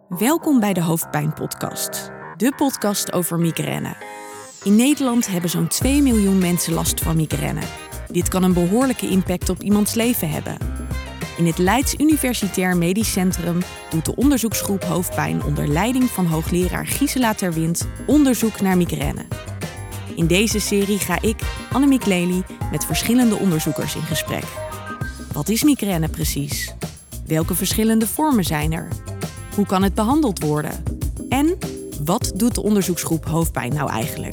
Welkom bij de Hoofdpijn-podcast, de podcast over migraine. In Nederland hebben zo'n 2 miljoen mensen last van migraine. Dit kan een behoorlijke impact op iemands leven hebben. In het Leids Universitair Medisch Centrum doet de onderzoeksgroep Hoofdpijn onder leiding van hoogleraar Gisela ter Wind onderzoek naar migraine. In deze serie ga ik, Annemiek Lely, met verschillende onderzoekers in gesprek. Wat is migraine precies? Welke verschillende vormen zijn er? Hoe kan het behandeld worden? En wat doet de onderzoeksgroep Hoofdpijn nou eigenlijk?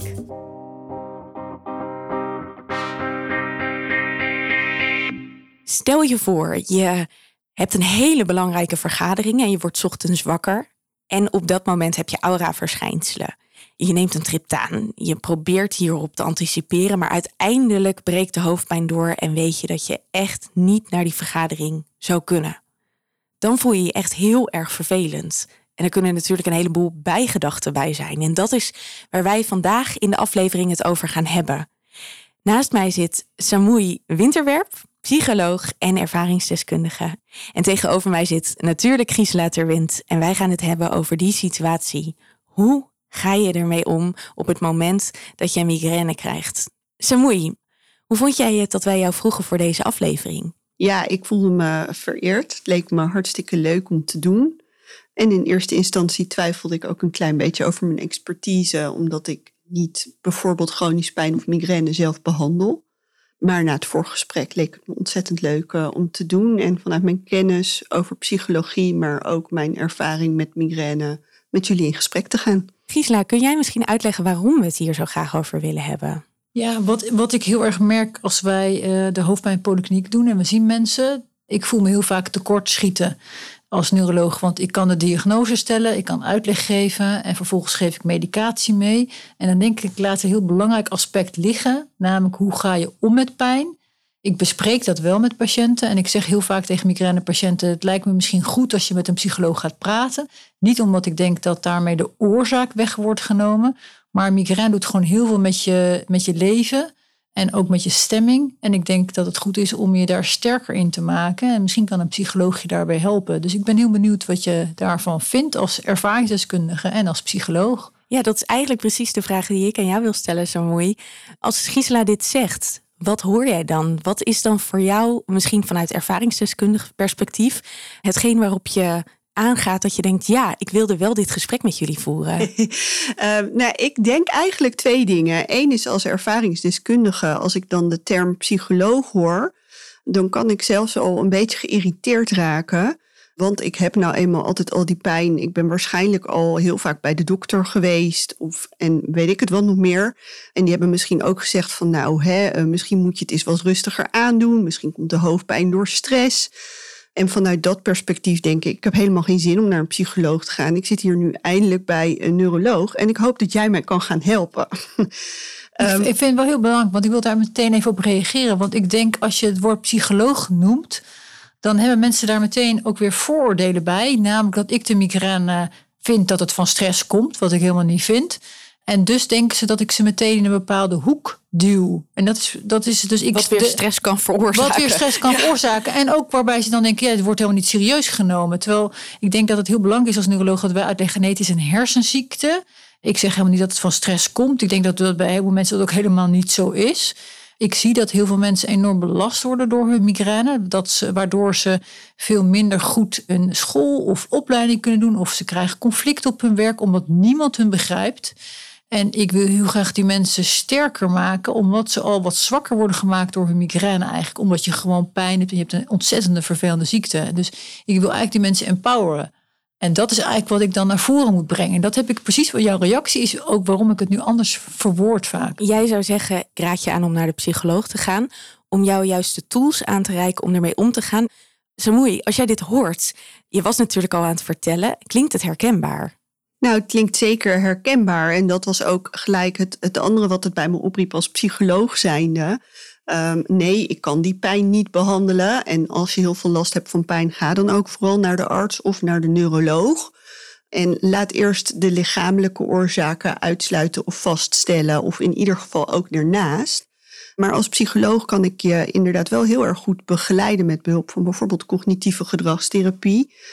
Stel je voor, je hebt een hele belangrijke vergadering en je wordt 's ochtends wakker. En op dat moment heb je auraverschijnselen. Je neemt een triptaan. Je probeert hierop te anticiperen, maar uiteindelijk breekt de hoofdpijn door en weet je dat je echt niet naar die vergadering zou kunnen. Dan voel je je echt heel erg vervelend. En er kunnen natuurlijk een heleboel bijgedachten bij zijn. En dat is waar wij vandaag in de aflevering het over gaan hebben. Naast mij zit Samui Winterwerp, psycholoog en ervaringsdeskundige. En tegenover mij zit natuurlijk Gisela ter Wind. En wij gaan het hebben over die situatie. Hoe ga je ermee om op het moment dat je migraine krijgt? Samui, hoe vond jij het dat wij jou vroegen voor deze aflevering? Ja, ik voelde me vereerd. Het leek me hartstikke leuk om te doen. En in eerste instantie twijfelde ik ook een klein beetje over mijn expertise, omdat ik niet bijvoorbeeld chronisch pijn of migraine zelf behandel. Maar na het voorgesprek leek het me ontzettend leuk om te doen. En vanuit mijn kennis over psychologie, maar ook mijn ervaring met migraine, met jullie in gesprek te gaan. Gisela, kun jij misschien uitleggen waarom we het hier zo graag over willen hebben? Ja, wat ik heel erg merk als wij de hoofdpijnpolykliniek doen en we zien mensen. Ik voel me heel vaak tekortschieten als neuroloog. Want ik kan de diagnose stellen, ik kan uitleg geven en vervolgens geef ik medicatie mee. En dan denk ik, laat een heel belangrijk aspect liggen. Namelijk, hoe ga je om met pijn? Ik bespreek dat wel met patiënten. En ik zeg heel vaak tegen migrainepatiënten, het lijkt me misschien goed als je met een psycholoog gaat praten. Niet omdat ik denk dat daarmee de oorzaak weg wordt genomen. Maar migraine doet gewoon heel veel met je leven en ook met je stemming. En ik denk dat het goed is om je daar sterker in te maken. En misschien kan een psycholoog je daarbij helpen. Dus ik ben heel benieuwd wat je daarvan vindt als ervaringsdeskundige en als psycholoog. Ja, dat is eigenlijk precies de vraag die ik aan jou wil stellen, Samui. Als Gisela dit zegt, wat hoor jij dan? Wat is dan voor jou, misschien vanuit ervaringsdeskundig perspectief, hetgeen waarop je aangaat dat je denkt, ja, ik wilde wel dit gesprek met jullie voeren? Ik denk eigenlijk 2 dingen. Eén is als ervaringsdeskundige, als ik dan de term psycholoog hoor, dan kan ik zelfs al een beetje geïrriteerd raken. Want ik heb nou eenmaal altijd al die pijn. Ik ben waarschijnlijk al heel vaak bij de dokter geweest. En weet ik het wel nog meer. En die hebben misschien ook gezegd van misschien moet je het eens wat rustiger aandoen. Misschien komt de hoofdpijn door stress. En vanuit dat perspectief denk ik heb helemaal geen zin om naar een psycholoog te gaan. Ik zit hier nu eindelijk bij een neuroloog. En ik hoop dat jij mij kan gaan helpen. Ik vind het wel heel belangrijk, want ik wil daar meteen even op reageren. Want ik denk, als je het woord psycholoog noemt, dan hebben mensen daar meteen ook weer vooroordelen bij. Namelijk dat ik de migraine vind dat het van stress komt, wat ik helemaal niet vind. En dus denken ze dat ik ze meteen in een bepaalde hoek duw. En dat is dus wat weer stress kan veroorzaken. Wat weer stress kan veroorzaken. En ook waarbij ze dan denken, het wordt helemaal niet serieus genomen. Terwijl ik denk dat het heel belangrijk is als neuroloog dat wij uitleggen, nee, het is een hersenziekte. Ik zeg helemaal niet dat het van stress komt. Ik denk dat bij heel veel mensen dat ook helemaal niet zo is. Ik zie dat heel veel mensen enorm belast worden door hun migraine. Waardoor ze veel minder goed een school of opleiding kunnen doen. Of ze krijgen conflict op hun werk omdat niemand hun begrijpt. En ik wil heel graag die mensen sterker maken, omdat ze al wat zwakker worden gemaakt door hun migraine eigenlijk. Omdat je gewoon pijn hebt en je hebt een ontzettende vervelende ziekte. Dus ik wil eigenlijk die mensen empoweren. En dat is eigenlijk wat ik dan naar voren moet brengen. En dat heb ik precies, wat jouw reactie is ook waarom ik het nu anders verwoord vaak. Jij zou zeggen, ik raad je aan om naar de psycholoog te gaan, om jou juist de tools aan te reiken om ermee om te gaan. Samui, als jij dit hoort, je was natuurlijk al aan het vertellen, klinkt het herkenbaar? Nou, het klinkt zeker herkenbaar. En dat was ook gelijk het andere wat het bij me opriep als psycholoog zijnde. Nee, ik kan die pijn niet behandelen. En als je heel veel last hebt van pijn, ga dan ook vooral naar de arts of naar de neuroloog. En laat eerst de lichamelijke oorzaken uitsluiten of vaststellen. Of in ieder geval ook ernaast. Maar als psycholoog kan ik je inderdaad wel heel erg goed begeleiden met behulp van bijvoorbeeld cognitieve gedragstherapie.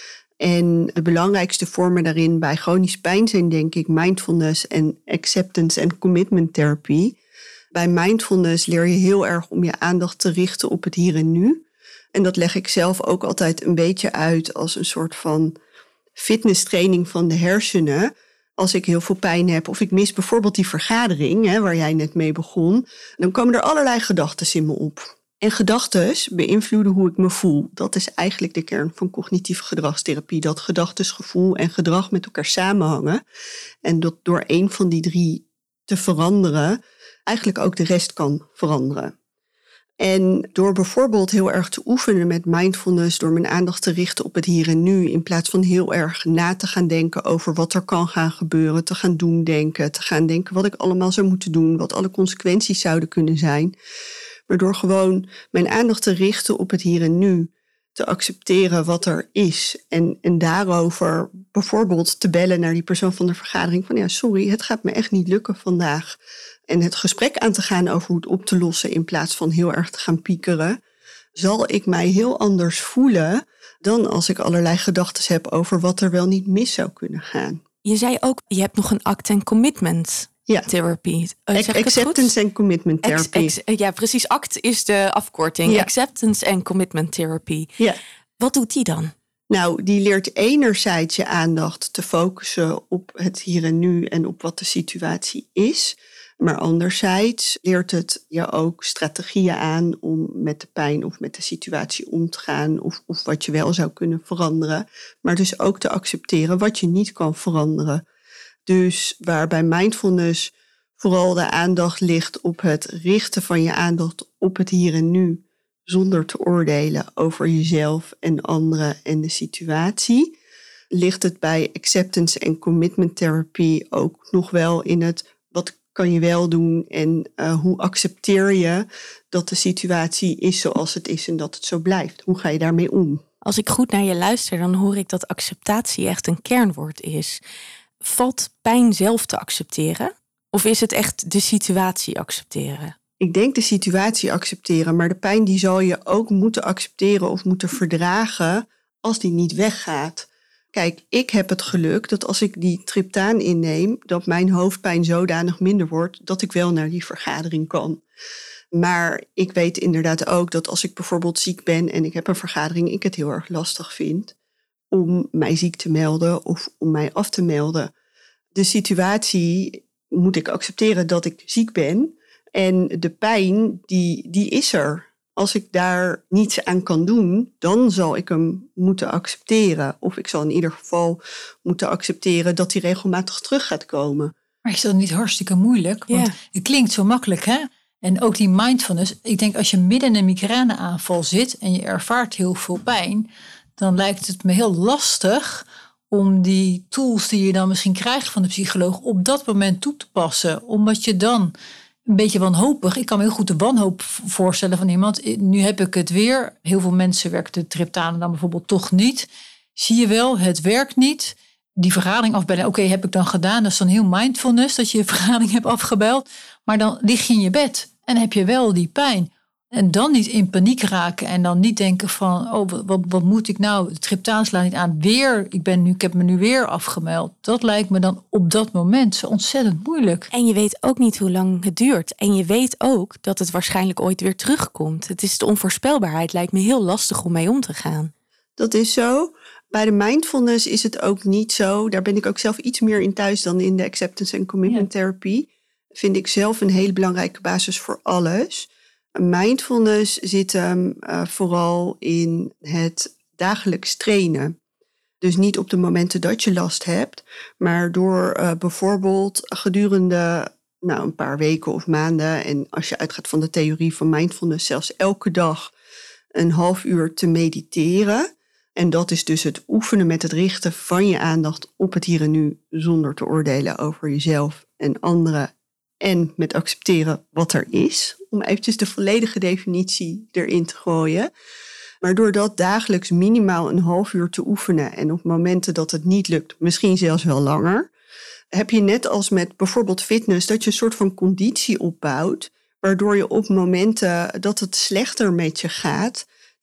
En de belangrijkste vormen daarin bij chronisch pijn zijn denk ik mindfulness en acceptance en commitment therapie. Bij mindfulness leer je heel erg om je aandacht te richten op het hier en nu. En dat leg ik zelf ook altijd een beetje uit als een soort van fitnesstraining van de hersenen. Als ik heel veel pijn heb of ik mis bijvoorbeeld die vergadering waar jij net mee begon, dan komen er allerlei gedachten in me op. En gedachten beïnvloeden hoe ik me voel. Dat is eigenlijk de kern van cognitieve gedragstherapie. Dat gedachten, gevoel en gedrag met elkaar samenhangen. En dat door één van die 3 te veranderen, eigenlijk ook de rest kan veranderen. En door bijvoorbeeld heel erg te oefenen met mindfulness, door mijn aandacht te richten op het hier en nu, in plaats van heel erg na te gaan denken over wat er kan gaan gebeuren, te gaan doemdenken, te gaan denken wat ik allemaal zou moeten doen, wat alle consequenties zouden kunnen zijn. Maar door gewoon mijn aandacht te richten op het hier en nu, te accepteren wat er is. En daarover bijvoorbeeld te bellen naar die persoon van de vergadering van sorry, het gaat me echt niet lukken vandaag. En het gesprek aan te gaan over hoe het op te lossen in plaats van heel erg te gaan piekeren, zal ik mij heel anders voelen dan als ik allerlei gedachten heb over wat er wel niet mis zou kunnen gaan. Je zei ook, je hebt nog een act- en commitment therapie. Acceptance en commitment therapy. Ja, precies. ACT is de afkorting. Ja. Acceptance en commitment therapy. Ja. Wat doet die dan? Nou, die leert enerzijds je aandacht te focussen op het hier en nu en op wat de situatie is. Maar anderzijds leert het je ook strategieën aan om met de pijn of met de situatie om te gaan. Of wat je wel zou kunnen veranderen. Maar dus ook te accepteren wat je niet kan veranderen. Dus waar bij mindfulness vooral de aandacht ligt op het richten van je aandacht op het hier en nu, zonder te oordelen over jezelf en anderen en de situatie, ligt het bij acceptance en commitment therapie ook nog wel in het wat kan je wel doen en hoe accepteer je dat de situatie is zoals het is en dat het zo blijft. Hoe ga je daarmee om? Als ik goed naar je luister, dan hoor ik dat acceptatie echt een kernwoord is. Valt pijn zelf te accepteren? Of is het echt de situatie accepteren? Ik denk de situatie accepteren, maar de pijn die zal je ook moeten accepteren of moeten verdragen als die niet weggaat. Kijk, ik heb het geluk dat als ik die triptaan inneem, dat mijn hoofdpijn zodanig minder wordt dat ik wel naar die vergadering kan. Maar ik weet inderdaad ook dat als ik bijvoorbeeld ziek ben en ik heb een vergadering, ik het heel erg lastig vind om mij ziek te melden of om mij af te melden. De situatie moet ik accepteren dat ik ziek ben. En de pijn, die is er. Als ik daar niets aan kan doen, dan zal ik hem moeten accepteren. Of ik zal in ieder geval moeten accepteren dat hij regelmatig terug gaat komen. Maar is dat niet hartstikke moeilijk? Want het klinkt zo makkelijk, hè? En ook die mindfulness. Ik denk als je midden in een migraineaanval zit en je ervaart heel veel pijn, dan lijkt het me heel lastig om die tools die je dan misschien krijgt van de psycholoog op dat moment toe te passen. Omdat je dan een beetje wanhopig. Ik kan me heel goed de wanhoop voorstellen van iemand. Nu heb ik het weer. Heel veel mensen werken de triptanen dan bijvoorbeeld toch niet. Zie je wel, het werkt niet. Die vergadering afbellen. Oké, heb ik dan gedaan. Dat is dan heel mindfulness dat je je vergadering hebt afgebeld. Maar dan lig je in je bed en heb je wel die pijn. En dan niet in paniek raken en dan niet denken van, oh, wat moet ik nou? De triptaan slaat niet aan. Ik heb me nu weer afgemeld. Dat lijkt me dan op dat moment zo ontzettend moeilijk. En je weet ook niet hoe lang het duurt. En je weet ook dat het waarschijnlijk ooit weer terugkomt. Het is de onvoorspelbaarheid, lijkt me heel lastig om mee om te gaan. Dat is zo. Bij de mindfulness is het ook niet zo. Daar ben ik ook zelf iets meer in thuis dan in de acceptance en commitment therapie. Vind ik zelf een hele belangrijke basis voor alles. Mindfulness zit hem vooral in het dagelijks trainen. Dus niet op de momenten dat je last hebt, maar door bijvoorbeeld gedurende een paar weken of maanden, en als je uitgaat van de theorie van mindfulness, zelfs elke dag een half uur te mediteren. En dat is dus het oefenen met het richten van je aandacht op het hier en nu, zonder te oordelen over jezelf en anderen. En met accepteren wat er is. Om eventjes de volledige definitie erin te gooien. Maar door dat dagelijks minimaal een half uur te oefenen. En op momenten dat het niet lukt, misschien zelfs wel langer. Heb je net als met bijvoorbeeld fitness, dat je een soort van conditie opbouwt. Waardoor je op momenten dat het slechter met je gaat,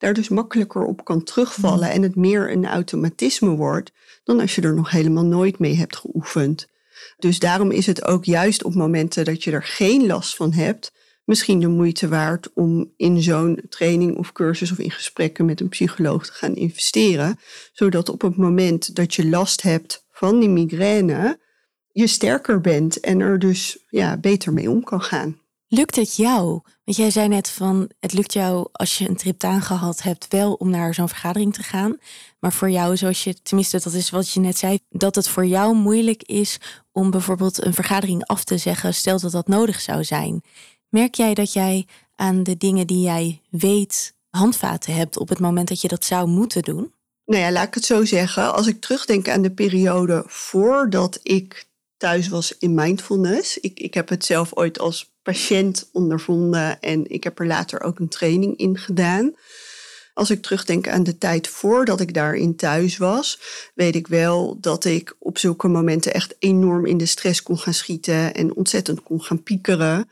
daar dus makkelijker op kan terugvallen en het meer een automatisme wordt dan als je er nog helemaal nooit mee hebt geoefend. Dus daarom is het ook juist op momenten dat je er geen last van hebt, misschien de moeite waard om in zo'n training of cursus of in gesprekken met een psycholoog te gaan investeren, zodat op het moment dat je last hebt van die migraine, je sterker bent en er dus beter mee om kan gaan. Lukt het jou? Want jij zei net van, het lukt jou als je een triptaan gehad hebt wel om naar zo'n vergadering te gaan. Maar voor jou, tenminste dat is wat je net zei, dat het voor jou moeilijk is om bijvoorbeeld een vergadering af te zeggen, stel dat dat nodig zou zijn. Merk jij dat jij aan de dingen die jij weet handvaten hebt op het moment dat je dat zou moeten doen? Nou ja, laat ik het zo zeggen. Als ik terugdenk aan de periode voordat ik thuis was in mindfulness. Ik heb het zelf ooit als patiënt ondervonden en ik heb er later ook een training in gedaan. Als ik terugdenk aan de tijd voordat ik daarin thuis was, weet ik wel dat ik op zulke momenten echt enorm in de stress kon gaan schieten en ontzettend kon gaan piekeren.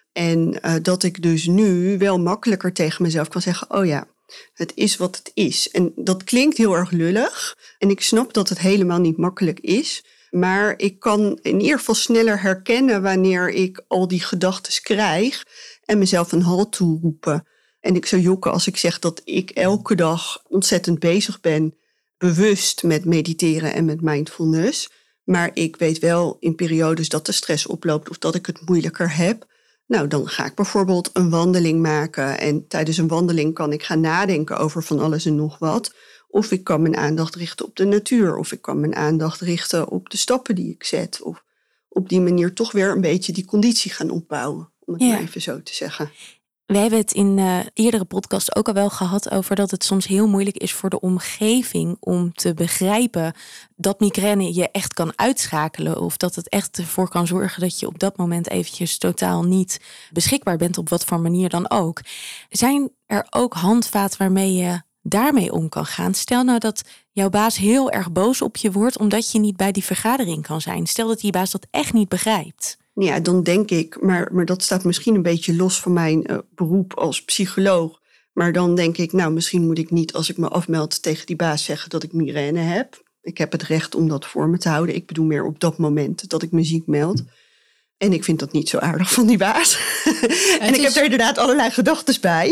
En dat ik dus nu wel makkelijker tegen mezelf kan zeggen, oh ja, het is wat het is. En dat klinkt heel erg lullig en ik snap dat het helemaal niet makkelijk is. Maar ik kan in ieder geval sneller herkennen wanneer ik al die gedachten krijg en mezelf een halt toeroepen. En ik zou jokken als ik zeg dat ik elke dag ontzettend bezig ben, bewust met mediteren en met mindfulness. Maar ik weet wel in periodes dat de stress oploopt of dat ik het moeilijker heb. Nou, dan ga ik bijvoorbeeld een wandeling maken en tijdens een wandeling kan ik gaan nadenken over van alles en nog wat. Of ik kan mijn aandacht richten op de natuur. Of ik kan mijn aandacht richten op de stappen die ik zet. Of op die manier toch weer een beetje die conditie gaan opbouwen. Om het maar even zo te zeggen. We hebben het in eerdere podcast ook al wel gehad over dat het soms heel moeilijk is voor de omgeving om te begrijpen dat migraine je echt kan uitschakelen. Of dat het echt ervoor kan zorgen dat je op dat moment eventjes totaal niet beschikbaar bent op wat voor manier dan ook. Zijn er ook handvaten waarmee je daarmee om kan gaan? Stel nou dat jouw baas heel erg boos op je wordt omdat je niet bij die vergadering kan zijn. Stel dat die baas dat echt niet begrijpt. Ja, dan denk ik, maar dat staat misschien een beetje los van mijn beroep als psycholoog. Maar dan denk ik, nou misschien moet ik niet als ik me afmeld tegen die baas zeggen dat ik migraine heb. Ik heb het recht om dat voor me te houden. Ik bedoel meer op dat moment dat ik me ziek meld. En ik vind dat niet zo aardig van die baas. En ik heb er inderdaad allerlei gedachten bij.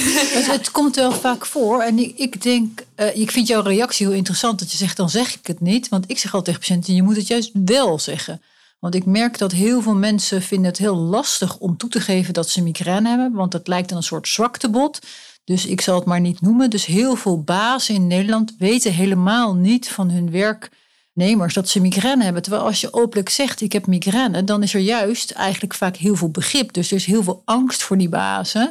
Het komt wel vaak voor. En ik denk, ik vind jouw reactie heel interessant. Dat je zegt, dan zeg ik het niet. Want ik zeg altijd tegen patiënten, je moet het juist wel zeggen. Want ik merk dat heel veel mensen vinden het heel lastig om toe te geven dat ze migraine hebben. Want dat lijkt dan een soort zwaktebod. Dus ik zal het maar niet noemen. Dus heel veel bazen in Nederland weten helemaal niet van hun werknemers dat ze migraine hebben. Terwijl als je openlijk zegt, ik heb migraine, dan is er juist eigenlijk vaak heel veel begrip. Dus er is heel veel angst voor die bazen.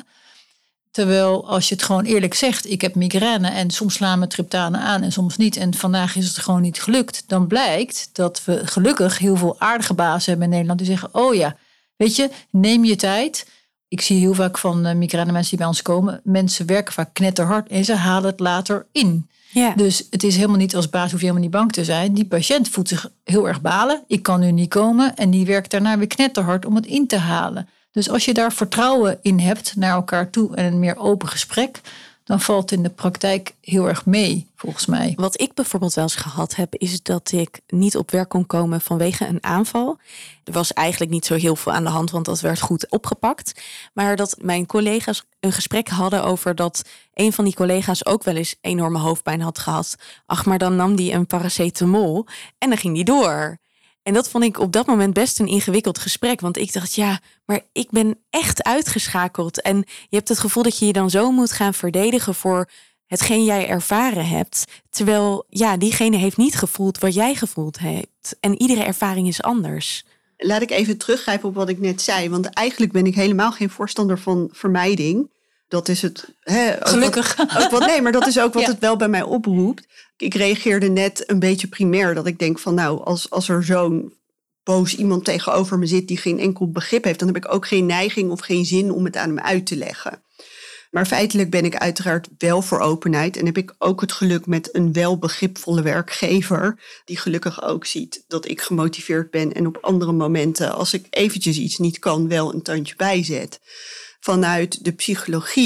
Terwijl als je het gewoon eerlijk zegt, ik heb migraine en soms slaan me triptanen aan en soms niet. En vandaag is het gewoon niet gelukt. Dan blijkt dat we gelukkig heel veel aardige bazen hebben in Nederland die zeggen, oh ja, weet je, neem je tijd. Ik zie heel vaak van migraine mensen die bij ons komen. Mensen werken vaak knetterhard en ze halen het later in. Ja. Dus het is helemaal niet als baas, hoef je helemaal niet bang te zijn. Die patiënt voelt zich heel erg balen. Ik kan nu niet komen. En die werkt daarna weer knetterhard om het in te halen. Dus als je daar vertrouwen in hebt naar elkaar toe en een meer open gesprek, dan valt het in de praktijk heel erg mee, volgens mij. Wat ik bijvoorbeeld wel eens gehad heb, is dat ik niet op werk kon komen vanwege een aanval. Er was eigenlijk niet zo heel veel aan de hand, want dat werd goed opgepakt. Maar dat mijn collega's een gesprek hadden over dat een van die collega's ook wel eens enorme hoofdpijn had gehad. Ach, maar dan nam die een paracetamol en dan ging die door. En dat vond ik op dat moment best een ingewikkeld gesprek. Want ik dacht, ja, maar ik ben echt uitgeschakeld. En je hebt het gevoel dat je je dan zo moet gaan verdedigen voor hetgeen jij ervaren hebt. Terwijl, ja, diegene heeft niet gevoeld wat jij gevoeld hebt. En iedere ervaring is anders. Laat ik even teruggrijpen op wat ik net zei. Want eigenlijk ben ik helemaal geen voorstander van vermijding. Dat is het. Gelukkig. Maar dat is ook wat het wel bij mij oproept. Ik reageerde net een beetje primair. Dat ik denk van nou, als er zo'n boos iemand tegenover me zit die geen enkel begrip heeft, dan heb ik ook geen neiging of geen zin om het aan hem uit te leggen. Maar feitelijk ben ik uiteraard wel voor openheid. En heb ik ook het geluk met een wel begripvolle werkgever. Die gelukkig ook ziet dat ik gemotiveerd ben. En op andere momenten, als ik eventjes iets niet kan, wel een tandje bijzet. Vanuit de psychologie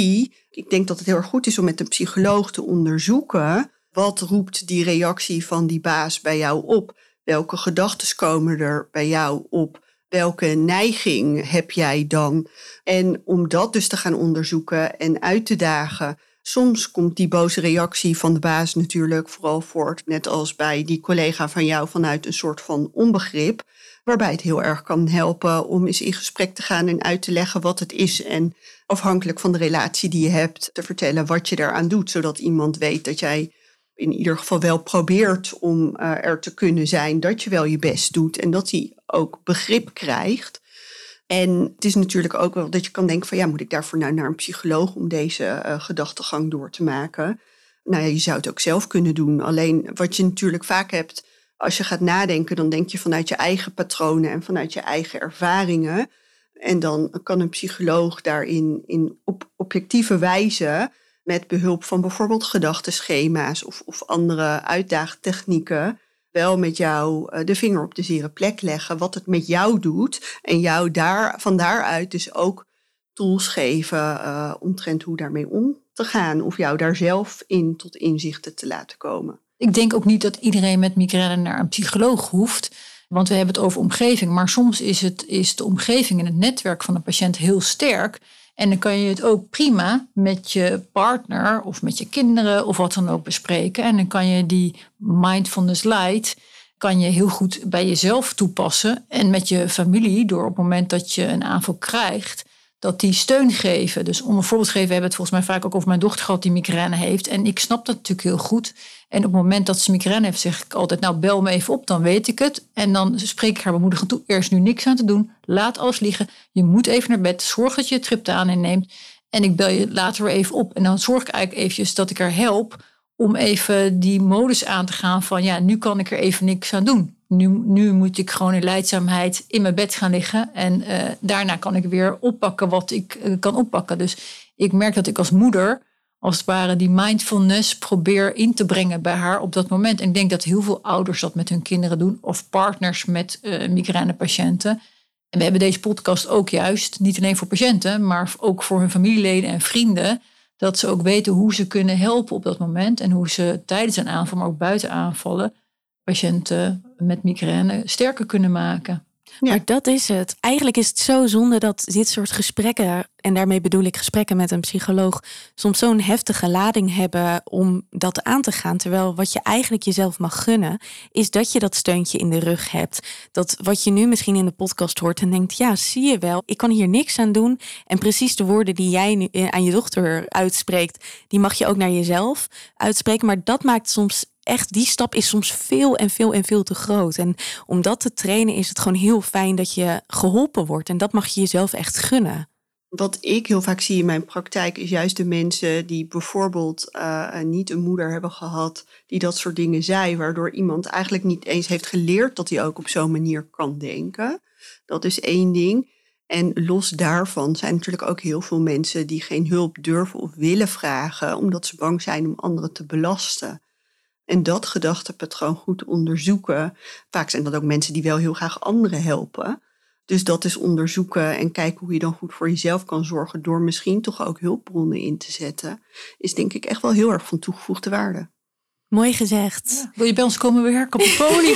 Ik denk dat het heel erg goed is om met een psycholoog te onderzoeken, wat roept die reactie van die baas bij jou op? Welke gedachten komen er bij jou op? Welke neiging heb jij dan? En om dat dus te gaan onderzoeken en uit te dagen. Soms komt die boze reactie van de baas natuurlijk vooral voort, net als bij die collega van jou, vanuit een soort van onbegrip, waarbij het heel erg kan helpen om eens in gesprek te gaan en uit te leggen wat het is en afhankelijk van de relatie die je hebt te vertellen wat je daaraan doet, zodat iemand weet dat jij in ieder geval wel probeert om er te kunnen zijn, dat je wel je best doet en dat hij ook begrip krijgt. En het is natuurlijk ook wel dat je kan denken van ja, moet ik daarvoor nou naar een psycholoog om deze gedachtegang door te maken? Nou ja, je zou het ook zelf kunnen doen. Alleen wat je natuurlijk vaak hebt, als je gaat nadenken, dan denk je vanuit je eigen patronen en vanuit je eigen ervaringen. En dan kan een psycholoog daarin op objectieve wijze, met behulp van bijvoorbeeld gedachtenschema's of andere uitdaagtechnieken, wel met jou de vinger op de zere plek leggen, wat het met jou doet. En jou van daaruit dus ook tools geven omtrent hoe daarmee om te gaan. Of jou daar zelf in tot inzichten te laten komen. Ik denk ook niet dat iedereen met migraine naar een psycholoog hoeft. Want we hebben het over omgeving. Maar soms is de omgeving en het netwerk van een patiënt heel sterk. En dan kan je het ook prima met je partner of met je kinderen of wat dan ook bespreken. En dan kan je die mindfulness light kan je heel goed bij jezelf toepassen. En met je familie, door op het moment dat je een aanval krijgt, dat die steun geven. Dus om een voorbeeld te geven, we hebben het volgens mij vaak ook over mijn dochter gehad die migraine heeft. En ik snap dat natuurlijk heel goed. En op het moment dat ze migraine heeft, zeg ik altijd, nou bel me even op, dan weet ik het. En dan spreek ik haar bemoedigend toe, er is nu niks aan te doen. Laat alles liggen. Je moet even naar bed. Zorg dat je het triptaan inneemt. En ik bel je later weer even op. En dan zorg ik eigenlijk eventjes dat ik haar help om even die modus aan te gaan van ja, nu kan ik er even niks aan doen. Nu moet ik gewoon in lijdzaamheid in mijn bed gaan liggen. En daarna kan ik weer oppakken wat ik kan oppakken. Dus ik merk dat ik als moeder, als het ware, die mindfulness probeer in te brengen bij haar op dat moment. En ik denk dat heel veel ouders dat met hun kinderen doen. Of partners met migrainepatiënten. En we hebben deze podcast ook juist, niet alleen voor patiënten, maar ook voor hun familieleden en vrienden. Dat ze ook weten hoe ze kunnen helpen op dat moment. En hoe ze tijdens een aanval, maar ook buiten aanvallen, patiënten met migraine sterker kunnen maken. Ja. Maar dat is het. Eigenlijk is het zo zonde dat dit soort gesprekken, en daarmee bedoel ik gesprekken met een psycholoog, soms zo'n heftige lading hebben om dat aan te gaan. Terwijl wat je eigenlijk jezelf mag gunnen, is dat je dat steuntje in de rug hebt. Dat wat je nu misschien in de podcast hoort en denkt, ja, zie je wel, ik kan hier niks aan doen. En precies de woorden die jij nu aan je dochter uitspreekt, die mag je ook naar jezelf uitspreken. Maar dat maakt soms echt, die stap is soms veel te groot. En om dat te trainen is het gewoon heel fijn dat je geholpen wordt. En dat mag je jezelf echt gunnen. Wat ik heel vaak zie in mijn praktijk is juist de mensen die bijvoorbeeld niet een moeder hebben gehad die dat soort dingen zei, waardoor iemand eigenlijk niet eens heeft geleerd dat hij ook op zo'n manier kan denken. Dat is één ding. En los daarvan zijn natuurlijk ook heel veel mensen die geen hulp durven of willen vragen, omdat ze bang zijn om anderen te belasten. En dat gedachtepatroon goed onderzoeken. Vaak zijn dat ook mensen die wel heel graag anderen helpen. Dus dat is onderzoeken en kijken hoe je dan goed voor jezelf kan zorgen door misschien toch ook hulpbronnen in te zetten. Is denk ik echt wel heel erg van toegevoegde waarde. Mooi gezegd. Ja. Wil je bij ons komen werken op de poli?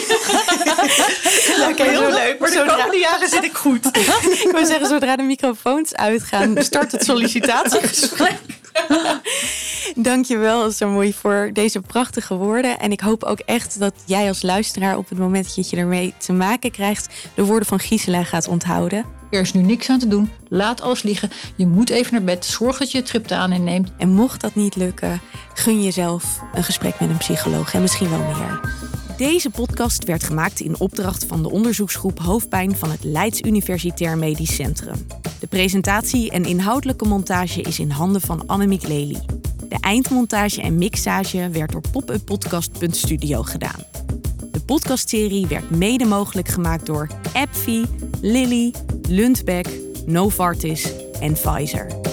Lekker, heel leuk. Maar de komende jaren zit ik goed. Ik wil zeggen, zodra de microfoons uitgaan, start het sollicitatiegesprek. Dankjewel zo mooi voor deze prachtige woorden. En ik hoop ook echt dat jij als luisteraar op het moment dat je ermee te maken krijgt, de woorden van Gisela gaat onthouden. Er is nu niks aan te doen. Laat alles liggen. Je moet even naar bed. Zorg dat je het triptaan inneemt. En mocht dat niet lukken, gun jezelf een gesprek met een psycholoog en misschien wel meer. Deze podcast werd gemaakt in opdracht van de onderzoeksgroep Hoofdpijn van het Leids Universitair Medisch Centrum. De presentatie en inhoudelijke montage is in handen van Annemiek Lely. De eindmontage en mixage werd door popuppodcast.studio gedaan. De podcastserie werd mede mogelijk gemaakt door AbbVie, Lilly, Lundbeck, Novartis en Pfizer.